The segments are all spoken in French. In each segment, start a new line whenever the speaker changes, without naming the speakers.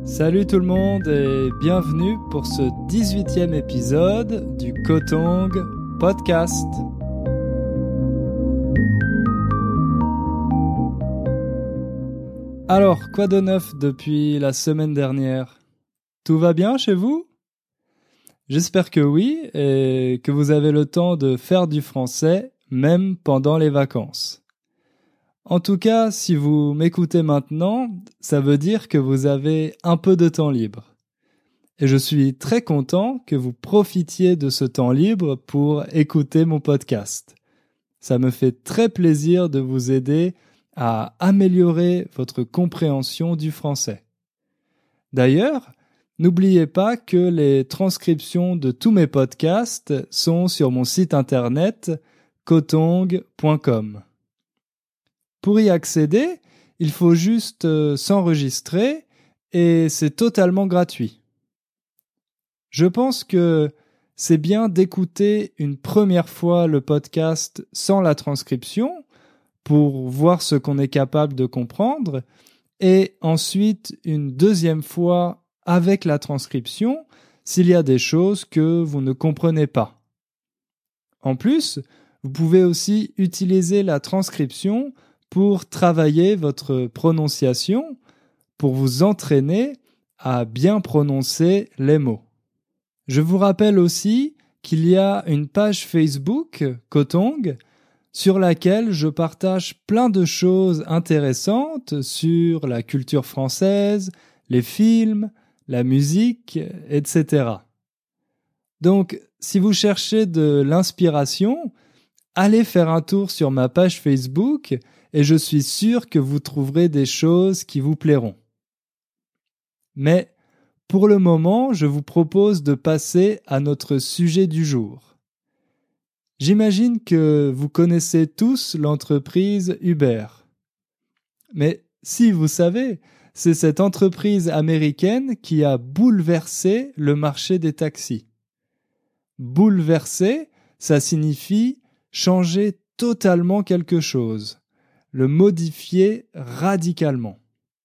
Salut tout le monde et bienvenue pour ce 18e épisode du Kotong Podcast. Alors, quoi de neuf depuis la semaine dernière? Tout va bien chez vous? J'espère que oui et que vous avez le temps de faire du français même pendant les vacances. En tout cas, si vous m'écoutez maintenant, ça veut dire que vous avez un peu de temps libre. Et je suis très content que vous profitiez de ce temps libre pour écouter mon podcast. Ça me fait très plaisir de vous aider à améliorer votre compréhension du français. D'ailleurs, n'oubliez pas que les transcriptions de tous mes podcasts sont sur mon site internet kotong.com. Pour y accéder, il faut juste s'enregistrer et c'est totalement gratuit. Je pense que c'est bien d'écouter une première fois le podcast sans la transcription pour voir ce qu'on est capable de comprendre et ensuite une deuxième fois avec la transcription s'il y a des choses que vous ne comprenez pas. En plus, vous pouvez aussi utiliser la transcription pour travailler votre prononciation, pour vous entraîner à bien prononcer les mots. Je vous rappelle aussi qu'il y a une page Facebook, Kotong, sur laquelle je partage plein de choses intéressantes sur la culture française, les films, la musique, etc. Donc, si vous cherchez de l'inspiration, allez faire un tour sur ma page Facebook et je suis sûr que vous trouverez des choses qui vous plairont. Mais pour le moment, je vous propose de passer à notre sujet du jour. J'imagine que vous connaissez tous l'entreprise Uber. Mais si vous savez, c'est cette entreprise américaine qui a bouleversé le marché des taxis. Bouleverser, ça signifie changer totalement quelque chose, le modifier radicalement.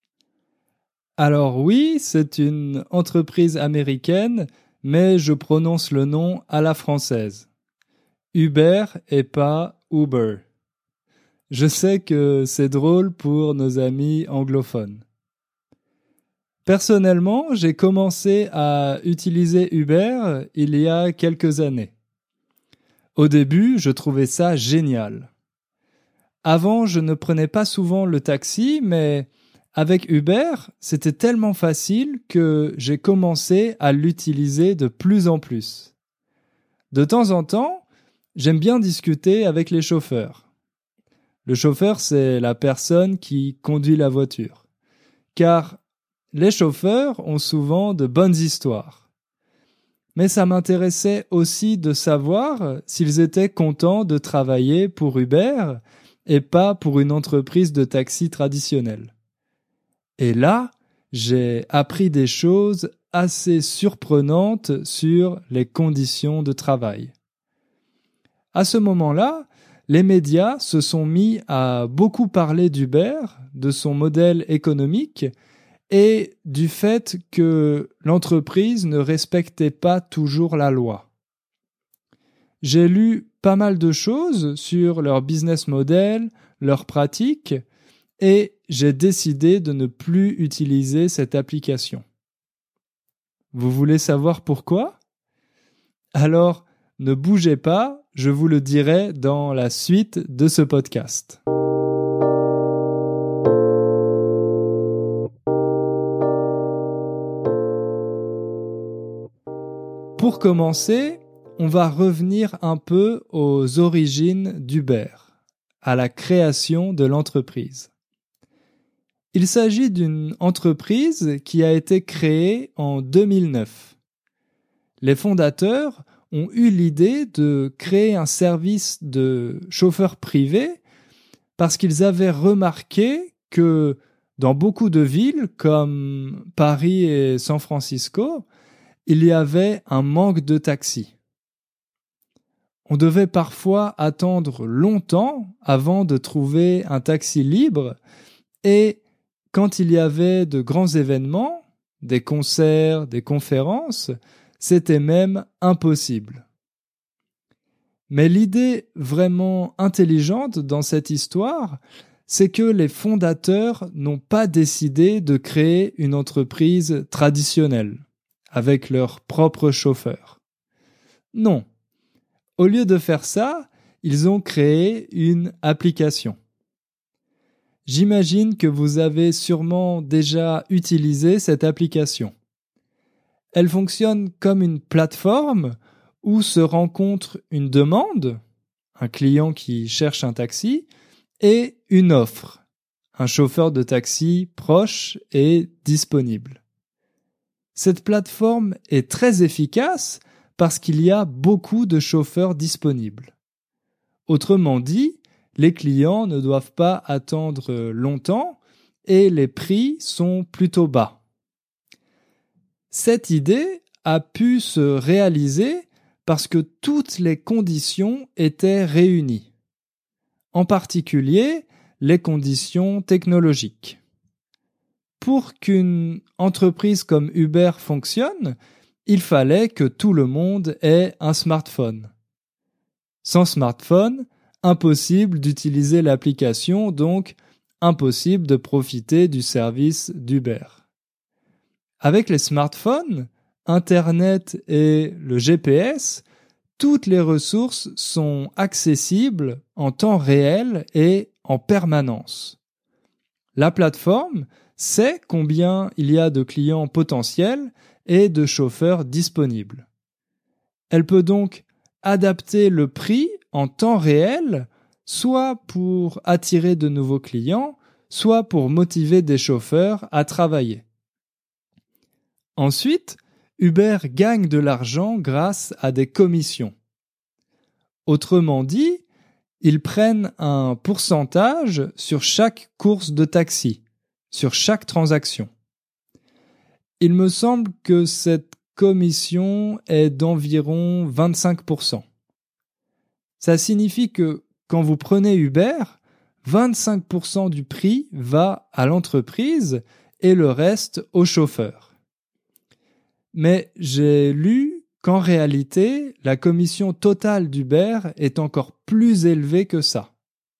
Alors oui, c'est une entreprise américaine, mais je prononce le nom à la française. Uber et pas Uber. Je sais que c'est drôle pour nos amis anglophones. Personnellement, j'ai commencé à utiliser Uber il y a quelques années. Au début, je trouvais ça génial. Avant, je ne prenais pas souvent le taxi, mais avec Uber, c'était tellement facile que j'ai commencé à l'utiliser de plus en plus. De temps en temps, j'aime bien discuter avec les chauffeurs. Le chauffeur, c'est la personne qui conduit la voiture. Car les chauffeurs ont souvent de bonnes histoires. Mais ça m'intéressait aussi de savoir s'ils étaient contents de travailler pour Uber et pas pour une entreprise de taxi traditionnelle. Et là, j'ai appris des choses assez surprenantes sur les conditions de travail. À ce moment-là, les médias se sont mis à beaucoup parler d'Uber, de son modèle économique et du fait que l'entreprise ne respectait pas toujours la loi. J'ai lu pas mal de choses sur leur business model, leurs pratiques, et j'ai décidé de ne plus utiliser cette application. Vous voulez savoir pourquoi? Alors, ne bougez pas, je vous le dirai dans la suite de ce podcast. Pour commencer, on va revenir un peu aux origines d'Uber, à la création de l'entreprise. Il s'agit d'une entreprise qui a été créée en 2009. Les fondateurs ont eu l'idée de créer un service de chauffeur privé parce qu'ils avaient remarqué que dans beaucoup de villes comme Paris et San Francisco, il y avait un manque de taxis. On devait parfois attendre longtemps avant de trouver un taxi libre et quand il y avait de grands événements, des concerts, des conférences, c'était même impossible. Mais l'idée vraiment intelligente dans cette histoire, c'est que les fondateurs n'ont pas décidé de créer une entreprise traditionnelle, avec leur propre chauffeur. Non. Au lieu de faire ça, ils ont créé une application. J'imagine que vous avez sûrement déjà utilisé cette application. Elle fonctionne comme une plateforme où se rencontre une demande, un client qui cherche un taxi, et une offre, un chauffeur de taxi proche et disponible. Cette plateforme est très efficace parce qu'il y a beaucoup de chauffeurs disponibles. Autrement dit, les clients ne doivent pas attendre longtemps et les prix sont plutôt bas. Cette idée a pu se réaliser parce que toutes les conditions étaient réunies. En particulier, les conditions technologiques. Pour qu'une entreprise comme Uber fonctionne, il fallait que tout le monde ait un smartphone. Sans smartphone, impossible d'utiliser l'application, donc impossible de profiter du service d'Uber. Avec les smartphones, Internet et le GPS, toutes les ressources sont accessibles en temps réel et en permanence. La plateforme sait combien il y a de clients potentiels et de chauffeurs disponibles. Elle peut donc adapter le prix en temps réel, soit pour attirer de nouveaux clients, soit pour motiver des chauffeurs à travailler. Ensuite, Uber gagne de l'argent grâce à des commissions. Autrement dit, ils prennent un pourcentage sur chaque course de taxi, sur chaque transaction. Il me semble que cette commission est d'environ 25%. Ça signifie que quand vous prenez Uber, 25% du prix va à l'entreprise et le reste au chauffeur. Mais j'ai lu qu'en réalité, la commission totale d'Uber est encore plus élevée que ça.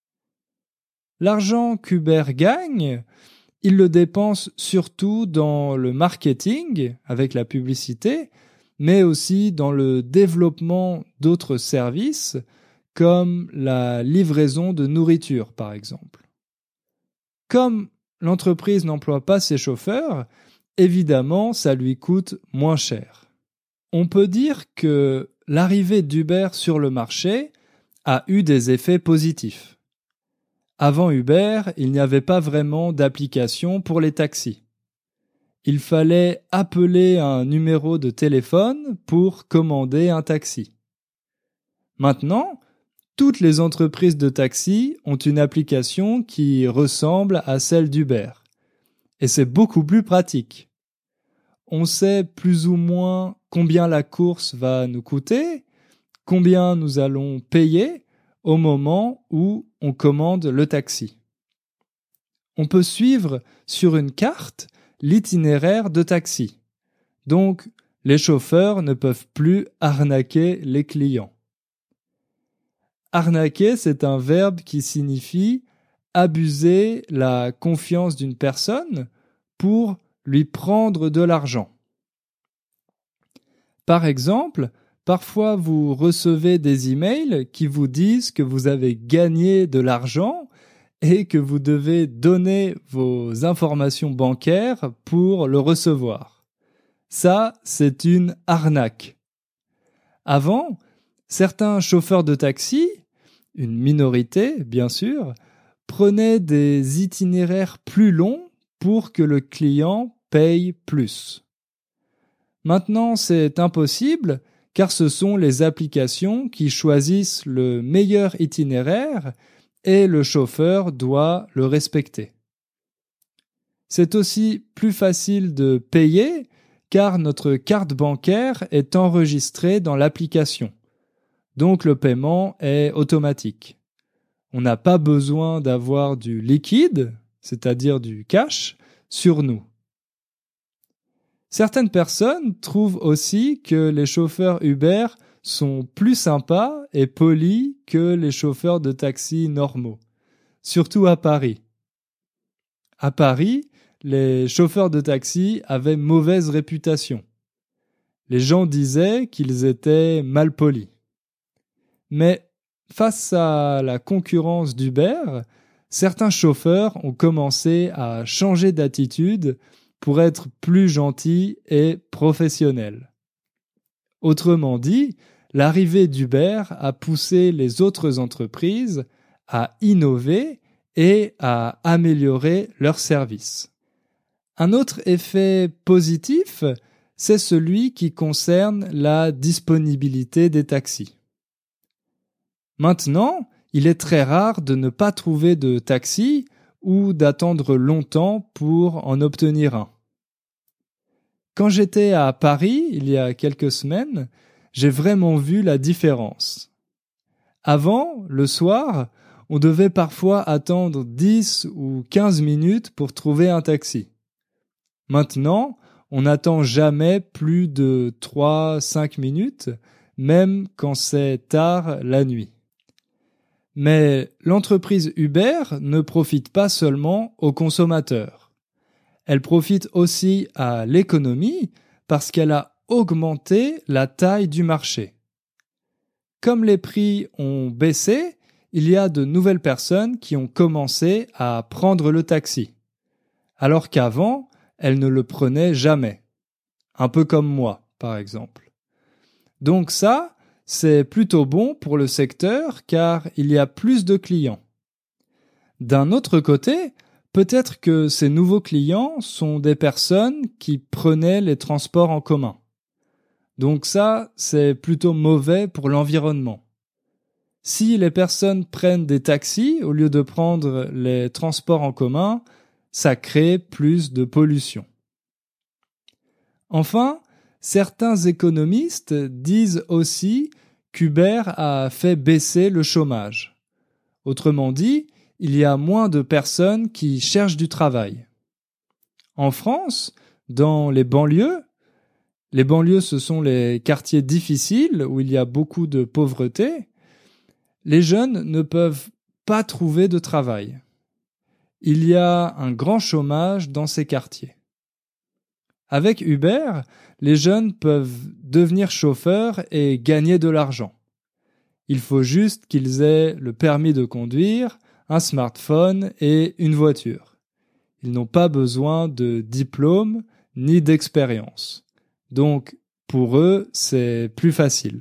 L'argent qu'Uber gagne, il le dépense surtout dans le marketing, avec la publicité, mais aussi dans le développement d'autres services, comme la livraison de nourriture, par exemple. Comme l'entreprise n'emploie pas ses chauffeurs, évidemment, ça lui coûte moins cher. On peut dire que l'arrivée d'Uber sur le marché a eu des effets positifs. Avant Uber, il n'y avait pas vraiment d'application pour les taxis. Il fallait appeler un numéro de téléphone pour commander un taxi. Maintenant, toutes les entreprises de taxi ont une application qui ressemble à celle d'Uber. Et c'est beaucoup plus pratique. On sait plus ou moins combien la course va nous coûter, combien nous allons payer au moment où on commande le taxi. On peut suivre sur une carte l'itinéraire de taxi. Donc, les chauffeurs ne peuvent plus arnaquer les clients. Arnaquer, c'est un verbe qui signifie abuser la confiance d'une personne pour lui prendre de l'argent. Par exemple, parfois vous recevez des emails qui vous disent que vous avez gagné de l'argent et que vous devez donner vos informations bancaires pour le recevoir. Ça, c'est une arnaque. Avant, certains chauffeurs de taxi, une minorité bien sûr, prenaient des itinéraires plus longs pour que le client paye plus. Maintenant, c'est impossible car ce sont les applications qui choisissent le meilleur itinéraire et le chauffeur doit le respecter. C'est aussi plus facile de payer car notre carte bancaire est enregistrée dans l'application. Donc le paiement est automatique. On n'a pas besoin d'avoir du liquide, c'est-à-dire du cash, sur nous. Certaines personnes trouvent aussi que les chauffeurs Uber sont plus sympas et polis que les chauffeurs de taxi normaux, surtout à Paris. À Paris, les chauffeurs de taxi avaient mauvaise réputation. Les gens disaient qu'ils étaient malpolis. Mais face à la concurrence d'Uber, certains chauffeurs ont commencé à changer d'attitude pour être plus gentils et professionnels. Autrement dit, l'arrivée d'Uber a poussé les autres entreprises à innover et à améliorer leurs services. Un autre effet positif, c'est celui qui concerne la disponibilité des taxis. Maintenant, il est très rare de ne pas trouver de taxi ou d'attendre longtemps pour en obtenir un. Quand j'étais à Paris, il y a quelques semaines, j'ai vraiment vu la différence. Avant, le soir, on devait parfois attendre 10 ou 15 minutes pour trouver un taxi. Maintenant, on n'attend jamais plus de 3-5 minutes, même quand c'est tard la nuit. Mais l'entreprise Uber ne profite pas seulement aux consommateurs. Elle profite aussi à l'économie parce qu'elle a augmenté la taille du marché. Comme les prix ont baissé, il y a de nouvelles personnes qui ont commencé à prendre le taxi, alors qu'avant, elles ne le prenaient jamais. Un peu comme moi, par exemple. Donc ça, c'est plutôt bon pour le secteur car il y a plus de clients. D'un autre côté, peut-être que ces nouveaux clients sont des personnes qui prenaient les transports en commun. Donc ça, c'est plutôt mauvais pour l'environnement. Si les personnes prennent des taxis au lieu de prendre les transports en commun, ça crée plus de pollution. Enfin, certains économistes disent aussi qu'Uber a fait baisser le chômage. Autrement dit, il y a moins de personnes qui cherchent du travail. En France, dans les banlieues ce sont les quartiers difficiles où il y a beaucoup de pauvreté, les jeunes ne peuvent pas trouver de travail. Il y a un grand chômage dans ces quartiers. Avec Uber, les jeunes peuvent devenir chauffeurs et gagner de l'argent. Il faut juste qu'ils aient le permis de conduire, un smartphone et une voiture. Ils n'ont pas besoin de diplôme ni d'expérience. Donc, pour eux, c'est plus facile.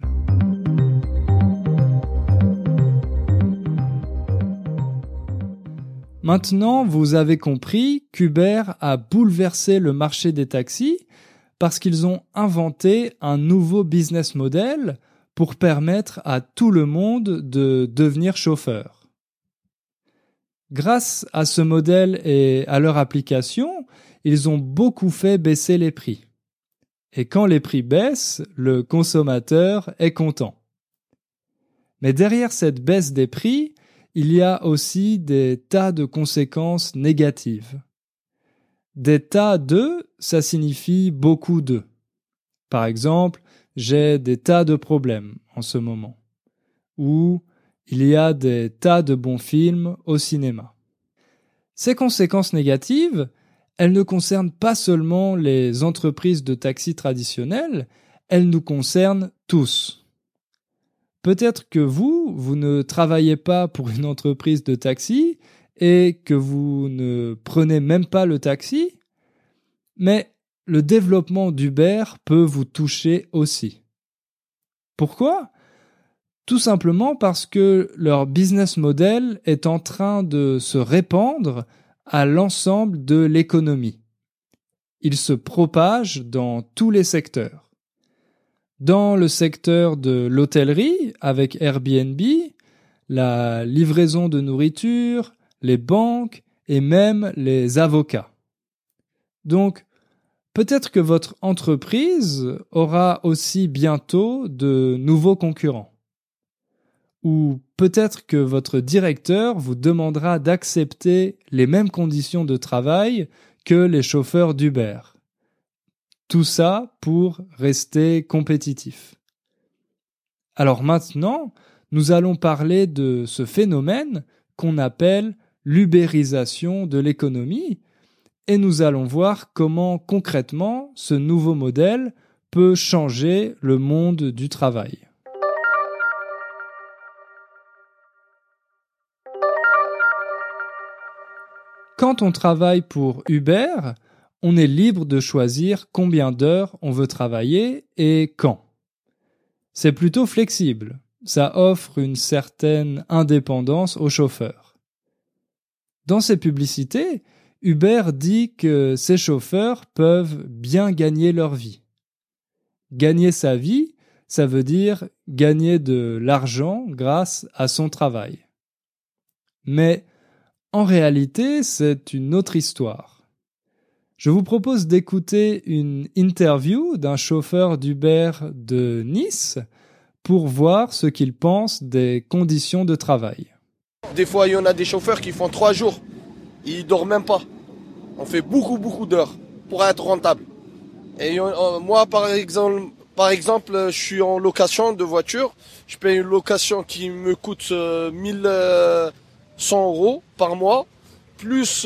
Maintenant, vous avez compris qu'Uber a bouleversé le marché des taxis parce qu'ils ont inventé un nouveau business model pour permettre à tout le monde de devenir chauffeur. Grâce à ce modèle et à leur application, ils ont beaucoup fait baisser les prix. Et quand les prix baissent, le consommateur est content. Mais derrière cette baisse des prix, il y a aussi des tas de conséquences négatives. Des tas de, ça signifie beaucoup de. Par exemple, j'ai des tas de problèmes en ce moment. Ou il y a des tas de bons films au cinéma. Ces conséquences négatives, elles ne concernent pas seulement les entreprises de taxi traditionnelles, elles nous concernent tous. Peut-être que vous ne travaillez pas pour une entreprise de taxi et que vous ne prenez même pas le taxi, mais le développement d'Uber peut vous toucher aussi. Pourquoi ? Tout simplement parce que leur business model est en train de se répandre à l'ensemble de l'économie. Il se propage dans tous les secteurs. Dans le secteur de l'hôtellerie, avec Airbnb, la livraison de nourriture, les banques et même les avocats. Donc, peut-être que votre entreprise aura aussi bientôt de nouveaux concurrents. Ou peut-être que votre directeur vous demandera d'accepter les mêmes conditions de travail que les chauffeurs d'Uber. Tout ça pour rester compétitif. Alors maintenant, nous allons parler de ce phénomène qu'on appelle l'ubérisation de l'économie et nous allons voir comment concrètement ce nouveau modèle peut changer le monde du travail. Quand on travaille pour Uber, on est libre de choisir combien d'heures on veut travailler et quand. C'est plutôt flexible, ça offre une certaine indépendance aux chauffeurs. Dans ses publicités, Uber dit que ses chauffeurs peuvent bien gagner leur vie. Gagner sa vie, ça veut dire gagner de l'argent grâce à son travail. Mais en réalité, c'est une autre histoire. Je vous propose d'écouter une interview d'un chauffeur d'Uber de Nice pour voir ce qu'il pense des conditions de travail.
Des fois, il y en a des chauffeurs qui font 3 jours. Ils dorment même pas. On fait beaucoup d'heures pour être rentable. Et moi, par exemple, je suis en location de voiture. Je paye une location qui me coûte 1100 € par mois, plus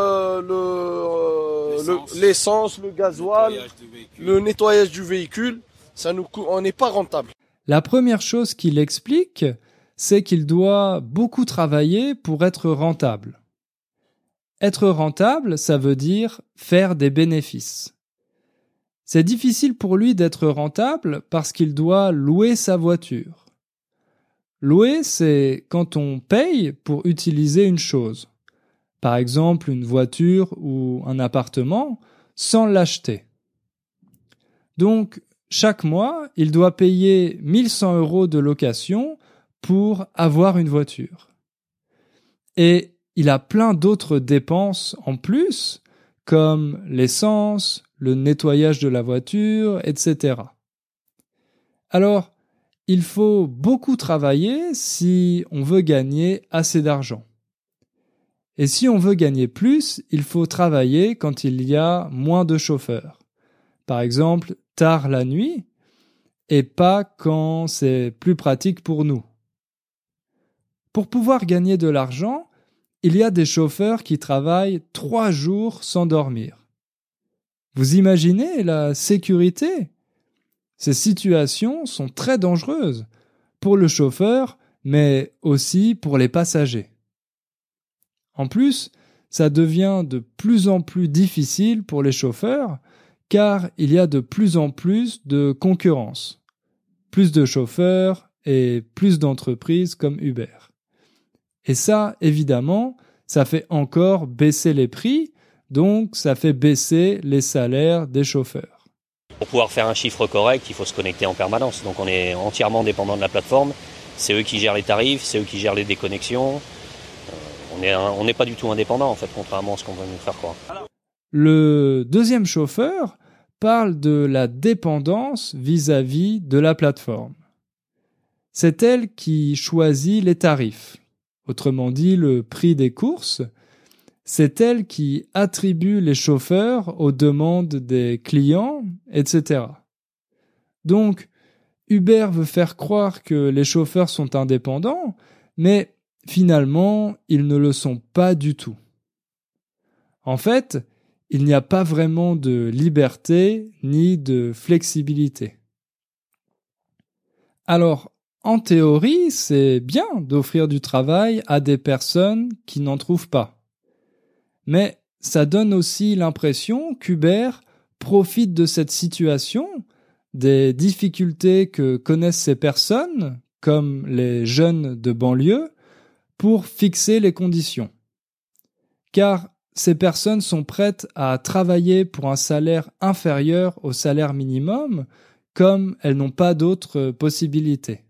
l'essence, le gasoil, le nettoyage du véhicule. On n'est pas rentable.
La première chose qu'il explique, c'est qu'il doit beaucoup travailler pour être rentable. Être rentable, ça veut dire faire des bénéfices. C'est difficile pour lui d'être rentable parce qu'il doit louer sa voiture. Louer, c'est quand on paye pour utiliser une chose. Par exemple, une voiture ou un appartement, sans l'acheter. Donc, chaque mois, il doit payer 1100 € de location pour avoir une voiture. Et il a plein d'autres dépenses en plus, comme l'essence, le nettoyage de la voiture, etc. Alors, il faut beaucoup travailler si on veut gagner assez d'argent. Et si on veut gagner plus, il faut travailler quand il y a moins de chauffeurs. Par exemple, tard la nuit, et pas quand c'est plus pratique pour nous. Pour pouvoir gagner de l'argent, il y a des chauffeurs qui travaillent 3 jours sans dormir. Vous imaginez la sécurité? Ces situations sont très dangereuses pour le chauffeur, mais aussi pour les passagers. En plus, ça devient de plus en plus difficile pour les chauffeurs car il y a de plus en plus de concurrence. Plus de chauffeurs et plus d'entreprises comme Uber. Et ça, évidemment, ça fait encore baisser les prix, donc ça fait baisser les salaires des chauffeurs.
Pour pouvoir faire un chiffre correct, il faut se connecter en permanence. Donc on est entièrement dépendant de la plateforme. C'est eux qui gèrent les tarifs, c'est eux qui gèrent les déconnexions. On n'est pas du tout indépendant, en fait, contrairement à ce qu'on veut nous faire croire.
Le deuxième chauffeur parle de la dépendance vis-à-vis de la plateforme. C'est elle qui choisit les tarifs. Autrement dit, le prix des courses, c'est elle qui attribue les chauffeurs aux demandes des clients, etc. Donc, Uber veut faire croire que les chauffeurs sont indépendants, mais finalement, ils ne le sont pas du tout. En fait, il n'y a pas vraiment de liberté ni de flexibilité. Alors, en théorie, c'est bien d'offrir du travail à des personnes qui n'en trouvent pas. Mais ça donne aussi l'impression qu'Uber profite de cette situation, des difficultés que connaissent ces personnes, comme les jeunes de banlieue, pour fixer les conditions. Car ces personnes sont prêtes à travailler pour un salaire inférieur au salaire minimum, comme elles n'ont pas d'autres possibilités.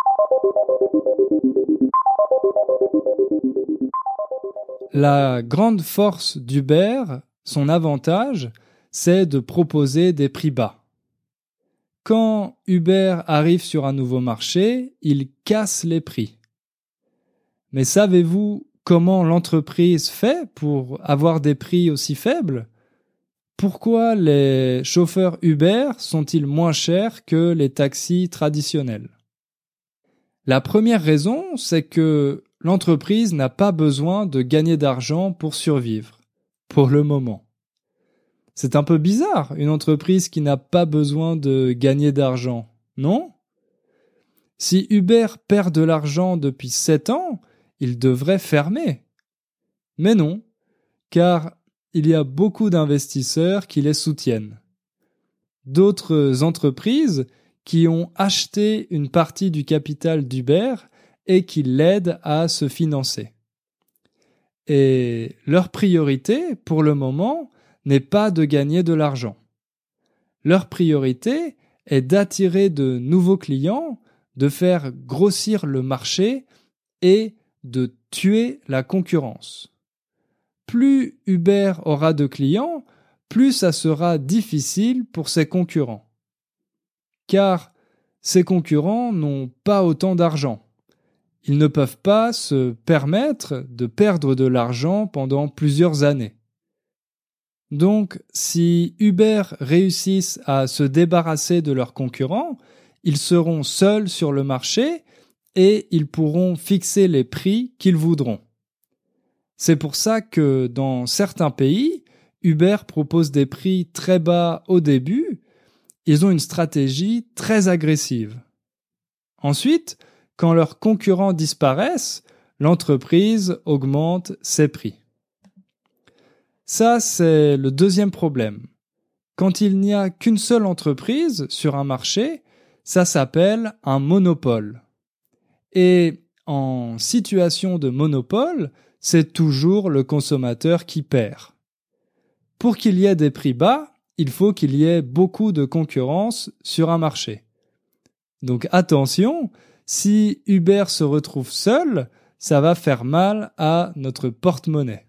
La grande force d'Uber, son avantage, c'est de proposer des prix bas. Quand Uber arrive sur un nouveau marché, il casse les prix. Mais savez-vous comment l'entreprise fait pour avoir des prix aussi faibles? Pourquoi les chauffeurs Uber sont-ils moins chers que les taxis traditionnels? La première raison, c'est que l'entreprise n'a pas besoin de gagner d'argent pour survivre, pour le moment. C'est un peu bizarre, une entreprise qui n'a pas besoin de gagner d'argent, non? Si Uber perd de l'argent depuis 7 ans, il devrait fermer. Mais non, car il y a beaucoup d'investisseurs qui les soutiennent. D'autres entreprises qui ont acheté une partie du capital d'Uber et qui l'aident à se financer. Et leur priorité, pour le moment, n'est pas de gagner de l'argent. Leur priorité est d'attirer de nouveaux clients, de faire grossir le marché et de tuer la concurrence. Plus Uber aura de clients, plus ça sera difficile pour ses concurrents. Car ses concurrents n'ont pas autant d'argent. Ils ne peuvent pas se permettre de perdre de l'argent pendant plusieurs années. Donc, si Uber réussissent à se débarrasser de leurs concurrents, ils seront seuls sur le marché et ils pourront fixer les prix qu'ils voudront. C'est pour ça que dans certains pays, Uber propose des prix très bas au début. Ils ont une stratégie très agressive. Ensuite, quand leurs concurrents disparaissent, l'entreprise augmente ses prix. Ça, c'est le deuxième problème. Quand il n'y a qu'une seule entreprise sur un marché, ça s'appelle un monopole. Et en situation de monopole, c'est toujours le consommateur qui perd. Pour qu'il y ait des prix bas, il faut qu'il y ait beaucoup de concurrence sur un marché. Donc attention, si Uber se retrouve seul, ça va faire mal à notre porte-monnaie.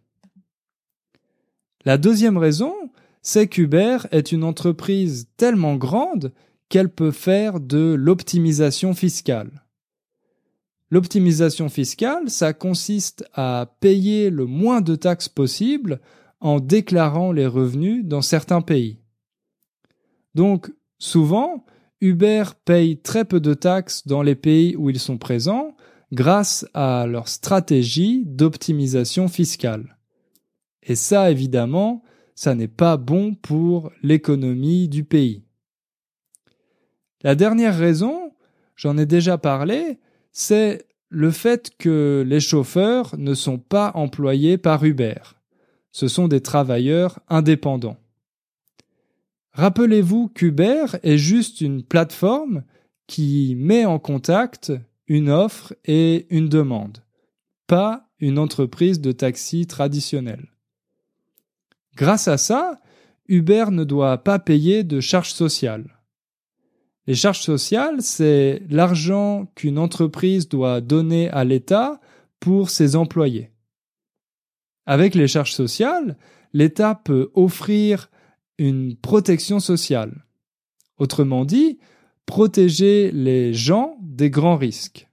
La deuxième raison, c'est qu'Uber est une entreprise tellement grande qu'elle peut faire de l'optimisation fiscale. L'optimisation fiscale, ça consiste à payer le moins de taxes possible en déclarant les revenus dans certains pays. Donc, souvent, Uber paye très peu de taxes dans les pays où ils sont présents grâce à leur stratégie d'optimisation fiscale. Et ça, évidemment, ça n'est pas bon pour l'économie du pays. La dernière raison, j'en ai déjà parlé, c'est le fait que les chauffeurs ne sont pas employés par Uber. Ce sont des travailleurs indépendants. Rappelez-vous qu'Uber est juste une plateforme qui met en contact une offre et une demande, pas une entreprise de taxi traditionnelle. Grâce à ça, Uber ne doit pas payer de charges sociales. Les charges sociales, c'est l'argent qu'une entreprise doit donner à l'État pour ses employés. Avec les charges sociales, l'État peut offrir une protection sociale. Autrement dit, protéger les gens des grands risques.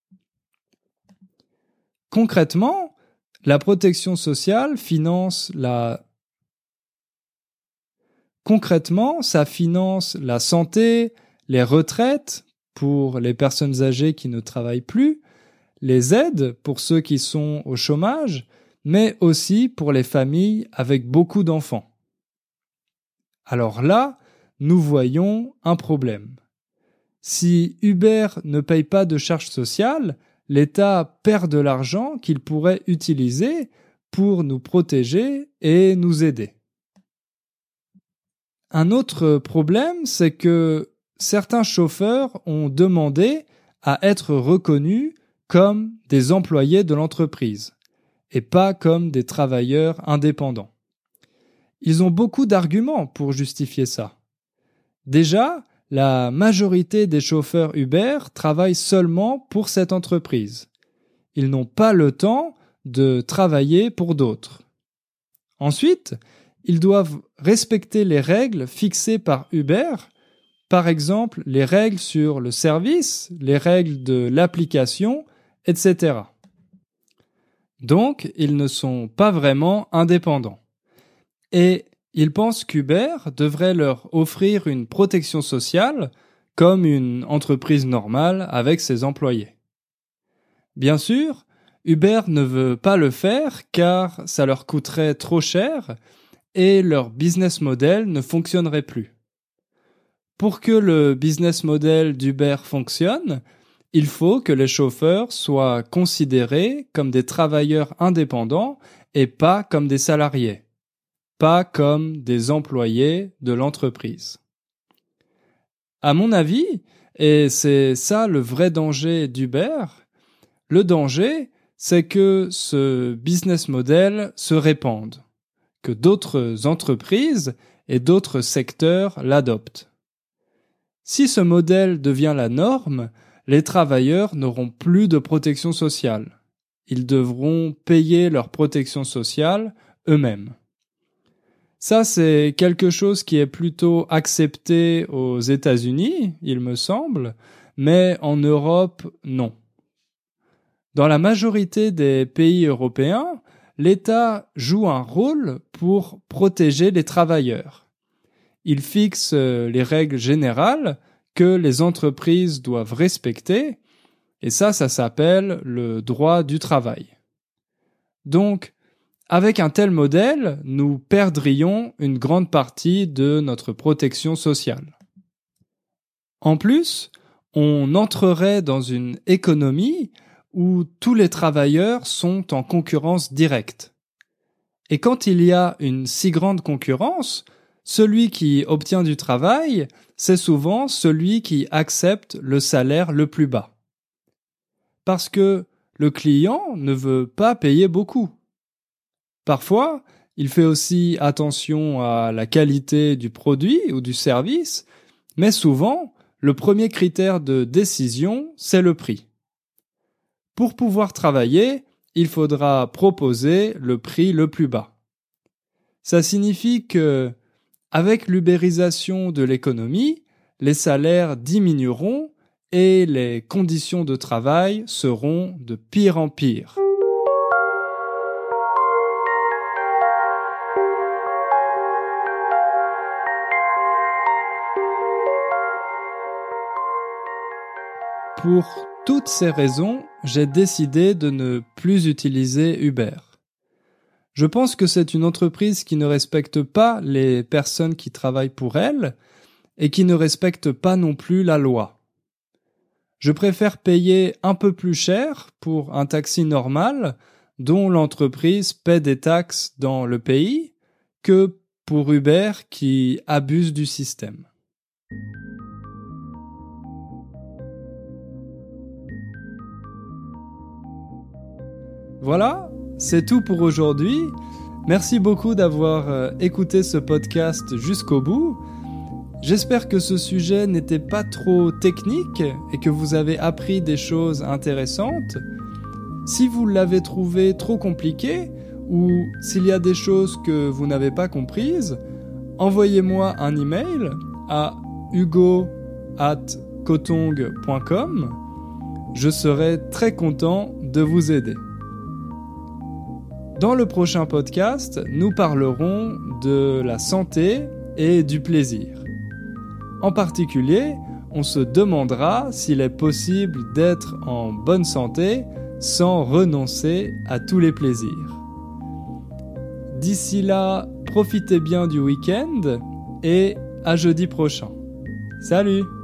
Concrètement, la protection sociale ça finance la santé, les retraites pour les personnes âgées qui ne travaillent plus, les aides pour ceux qui sont au chômage, mais aussi pour les familles avec beaucoup d'enfants. Alors là, nous voyons un problème. Si Uber ne paye pas de charges sociales, l'État perd de l'argent qu'il pourrait utiliser pour nous protéger et nous aider. Un autre problème, c'est que certains chauffeurs ont demandé à être reconnus comme des employés de l'entreprise et pas comme des travailleurs indépendants. Ils ont beaucoup d'arguments pour justifier ça. Déjà, la majorité des chauffeurs Uber travaillent seulement pour cette entreprise. Ils n'ont pas le temps de travailler pour d'autres. Ensuite, ils doivent respecter les règles fixées par Uber, par exemple les règles sur le service, les règles de l'application, etc. Donc, ils ne sont pas vraiment indépendants. Et Ils pensent qu'Uber devrait leur offrir une protection sociale comme une entreprise normale avec ses employés. Bien sûr, Uber ne veut pas le faire car ça leur coûterait trop cher et leur business model ne fonctionnerait plus. Pour que le business model d'Uber fonctionne, il faut que les chauffeurs soient considérés comme des travailleurs indépendants et pas comme des salariés, pas comme des employés de l'entreprise. À mon avis, et c'est ça le vrai danger d'Uber, le danger, c'est que ce business model se répande, que d'autres entreprises et d'autres secteurs l'adoptent. Si ce modèle devient la norme, les travailleurs n'auront plus de protection sociale. Ils devront payer leur protection sociale eux-mêmes. Ça, c'est quelque chose qui est plutôt accepté aux États-Unis, il me semble, mais en Europe, non. Dans la majorité des pays européens, l'État joue un rôle pour protéger les travailleurs. Il fixe les règles générales que les entreprises doivent respecter, et ça s'appelle le droit du travail. Donc, avec un tel modèle, nous perdrions une grande partie de notre protection sociale. En plus, on entrerait dans une économie où tous les travailleurs sont en concurrence directe. Et quand il y a une si grande concurrence, celui qui obtient du travail, c'est souvent celui qui accepte le salaire le plus bas. Parce que le client ne veut pas payer beaucoup. Parfois, il fait aussi attention à la qualité du produit ou du service, mais souvent, le premier critère de décision, c'est le prix. Pour pouvoir travailler, il faudra proposer le prix le plus bas. Ça signifie que, avec l'ubérisation de l'économie, les salaires diminueront et les conditions de travail seront de pire en pire. Pour toutes ces raisons, j'ai décidé de ne plus utiliser Uber. Je pense que c'est une entreprise qui ne respecte pas les personnes qui travaillent pour elle et qui ne respecte pas non plus la loi. Je préfère payer un peu plus cher pour un taxi normal dont l'entreprise paie des taxes dans le pays que pour Uber qui abuse du système. Voilà, c'est tout pour aujourd'hui. Merci beaucoup d'avoir écouté ce podcast jusqu'au bout. J'espère que ce sujet n'était pas trop technique et que vous avez appris des choses intéressantes. Si vous l'avez trouvé trop compliqué ou s'il y a des choses que vous n'avez pas comprises, envoyez-moi un email à hugo@kotong.com. Je serai très content de vous aider. Dans le prochain podcast, nous parlerons de la santé et du plaisir. En particulier, on se demandera s'il est possible d'être en bonne santé sans renoncer à tous les plaisirs. D'ici là, profitez bien du week-end et à jeudi prochain. Salut!